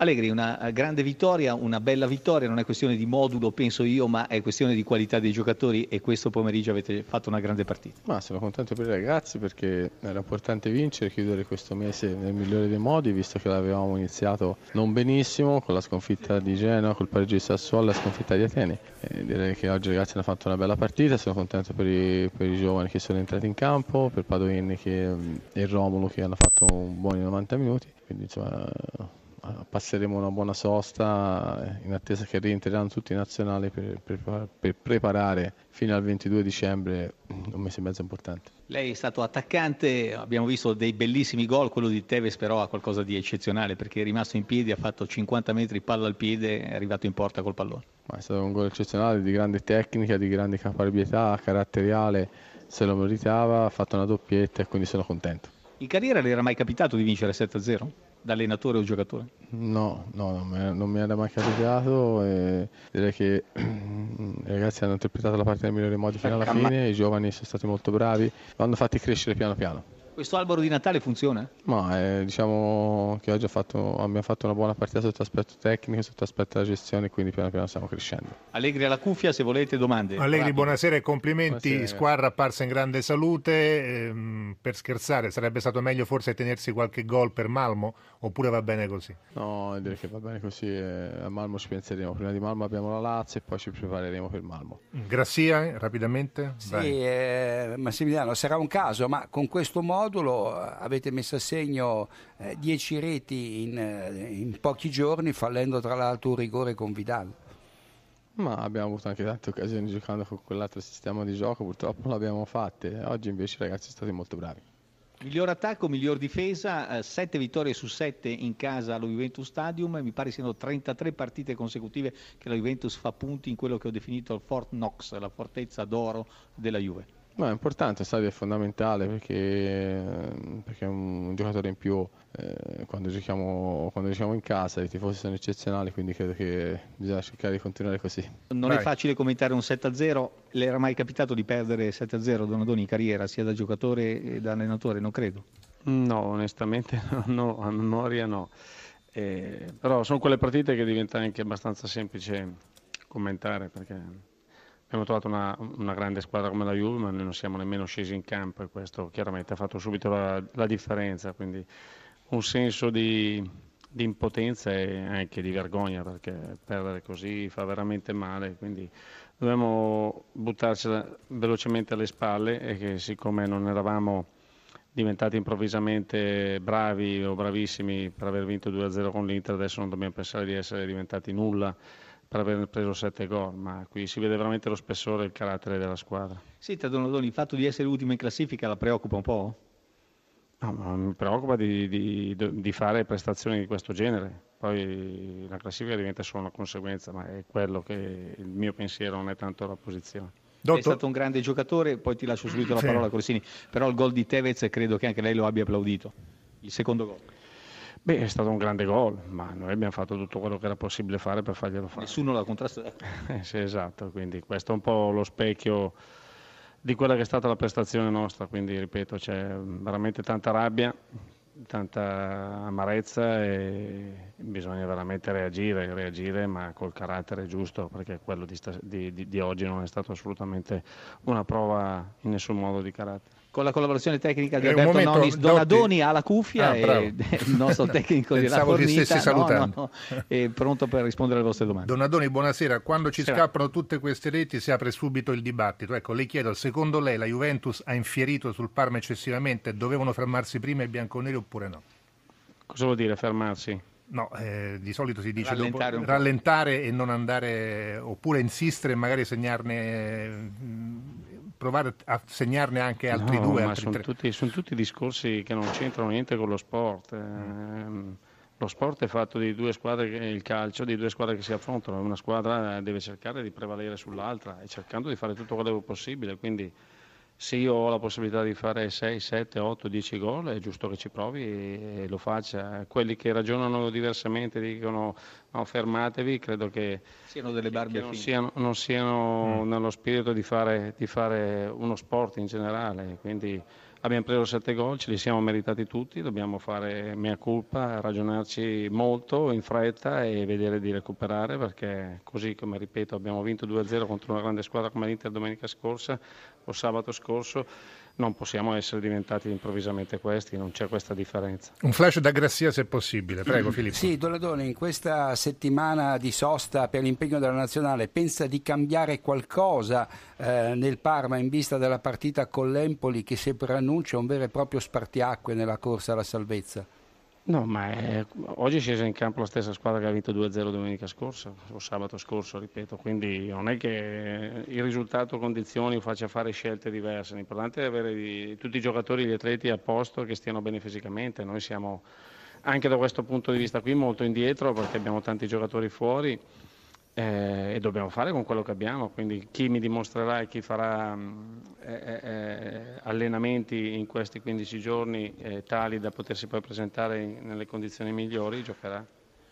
Allegri, una grande vittoria, una bella vittoria, non è questione di modulo, penso io, ma è questione di qualità dei giocatori e questo pomeriggio avete fatto una grande partita. Ma sono contento per i ragazzi perché era importante vincere, chiudere questo mese nel migliore dei modi, visto che l'avevamo iniziato non benissimo con la sconfitta di Genoa, col pareggio di Sassuolo e la sconfitta di Atene. E direi che oggi i ragazzi hanno fatto una bella partita, sono contento per i giovani che sono entrati in campo, per Padoin e Romolo che hanno fatto un buoni 90 minuti. Quindi insomma passeremo una buona sosta in attesa che rientreranno tutti i nazionali per preparare fino al 22 dicembre un mese e mezzo importante. Lei è stato attaccante, abbiamo visto dei bellissimi gol, quello di Tevez però ha qualcosa di eccezionale perché è rimasto in piedi, ha fatto 50 metri palla al piede, è arrivato in porta col pallone. Ma è stato un gol eccezionale, di grande tecnica, di grande caparbietà, caratteriale, se lo meritava, ha fatto una doppietta e quindi sono contento. In carriera le era mai capitato di vincere 7-0? Da allenatore o giocatore? No, non mi era mai capitato e direi che i ragazzi hanno interpretato la partita nel migliore modo fino alla fine, i giovani sono stati molto bravi, lo hanno fatti crescere piano piano. Questo albero di Natale funziona? Ma diciamo che oggi abbiamo fatto una buona partita sotto aspetto tecnico, sotto aspetto della gestione, quindi piano piano stiamo crescendo. Allegri alla cuffia, se volete domande. Allegri, Rapido. buonasera e complimenti. Buonasera. Squadra apparsa in grande salute. Per scherzare, sarebbe stato meglio forse tenersi qualche gol per Malmo oppure va bene così? No, direi che va bene così. A Malmo ci penseremo. Prima di Malmo abbiamo la Lazio e poi ci prepareremo per Malmo. Grassia, rapidamente? Sì, Massimiliano, sarà un caso, ma con questo modulo avete messo a segno 10 reti in pochi giorni, fallendo tra l'altro un rigore con Vidal. Ma abbiamo avuto anche tante occasioni giocando con quell'altro sistema di gioco, purtroppo non l'abbiamo fatte. Oggi invece i ragazzi sono stati molto bravi. Miglior attacco, miglior difesa, 7 vittorie su 7 in casa allo Juventus Stadium, mi pare siano 33 partite consecutive che la Juventus fa punti in quello che ho definito il Fort Knox, la fortezza d'oro della Juve. Ma è importante, il stadio è fondamentale perché è un giocatore in più quando giochiamo in casa, i tifosi sono eccezionali, quindi credo che bisogna cercare di continuare così. Non è facile commentare un 7-0, le era mai capitato di perdere 7-0 Donadoni in carriera, sia da giocatore che da allenatore? Non credo. No, onestamente no, a memoria no. Però sono quelle partite che diventa anche abbastanza semplice commentare perché abbiamo trovato una grande squadra come la Juve, ma noi non siamo nemmeno scesi in campo e questo chiaramente ha fatto subito la differenza, quindi un senso di impotenza e anche di vergogna perché perdere così fa veramente male, quindi dobbiamo buttarcela velocemente alle spalle e che siccome non eravamo diventati improvvisamente bravi o bravissimi per aver vinto 2-0 con l'Inter, adesso non dobbiamo pensare di essere diventati nulla per aver preso 7 gol, ma qui si vede veramente lo spessore e il carattere della squadra. Senta Donadoni, il fatto di essere ultimo in classifica la preoccupa un po'? No, ma mi preoccupa di fare prestazioni di questo genere, poi la classifica diventa solo una conseguenza, ma è quello che il mio pensiero, non è tanto la posizione. È stato un grande giocatore, poi ti lascio subito la parola Corsini, però il gol di Tevez credo che anche lei lo abbia applaudito, il secondo gol. Beh, è stato un grande gol, ma noi abbiamo fatto tutto quello che era possibile fare per farglielo fare. Nessuno l'ha contrastato. Sì, esatto, quindi questo è un po' lo specchio di quella che è stata la prestazione nostra, quindi ripeto, c'è veramente tanta rabbia, tanta amarezza e bisogna veramente reagire ma col carattere giusto, perché quello di oggi non è stato assolutamente una prova in nessun modo di carattere. Con la collaborazione tecnica di Alberto Nonis, Donadoni alla cuffia e il nostro tecnico di La Fornita è pronto per rispondere alle vostre domande. Donadoni, buonasera. Quando ci scappano tutte queste reti si apre subito il dibattito. Ecco, le chiedo, secondo lei la Juventus ha infierito sul Parma eccessivamente? Dovevano fermarsi prima i bianconeri oppure no? Cosa vuol dire fermarsi? No, di solito si dice rallentare e non andare, oppure insistere e magari provare a segnarne anche altri due. Ma sono tutti discorsi che non c'entrano niente con lo sport. Lo sport è fatto di due squadre, il calcio, di due squadre che si affrontano. Una squadra deve cercare di prevalere sull'altra e cercando di fare tutto quello che è possibile. Quindi se io ho la possibilità di fare 6, 7, 8, 10 gol è giusto che ci provi e lo faccia. Quelli che ragionano diversamente dicono no, fermatevi, credo che siano delle barbe non siano nello spirito di fare uno sport in generale, quindi abbiamo preso 7 gol, ce li siamo meritati tutti, dobbiamo fare mea culpa, ragionarci molto in fretta e vedere di recuperare, perché così, come ripeto, abbiamo vinto 2-0 contro una grande squadra come l'Inter domenica scorsa o sabato scorso, non possiamo essere diventati improvvisamente questi, non c'è questa differenza. Un flash da Grassia se possibile, prego Filippo. Sì, Donadoni, in questa settimana di sosta per l'impegno della nazionale pensa di cambiare qualcosa nel Parma in vista della partita con l'Empoli, che si preannuncia un vero e proprio spartiacque nella corsa alla salvezza? No, ma oggi è scesa in campo la stessa squadra che ha vinto 2-0 domenica scorsa o sabato scorso, ripeto, quindi non è che il risultato condizioni o faccia fare scelte diverse, l'importante è avere tutti i giocatori, gli atleti a posto, che stiano bene fisicamente. Noi siamo anche da questo punto di vista qui molto indietro, perché abbiamo tanti giocatori fuori e dobbiamo fare con quello che abbiamo, quindi chi mi dimostrerà e chi farà allenamenti in questi 15 giorni tali da potersi poi presentare nelle condizioni migliori giocherà.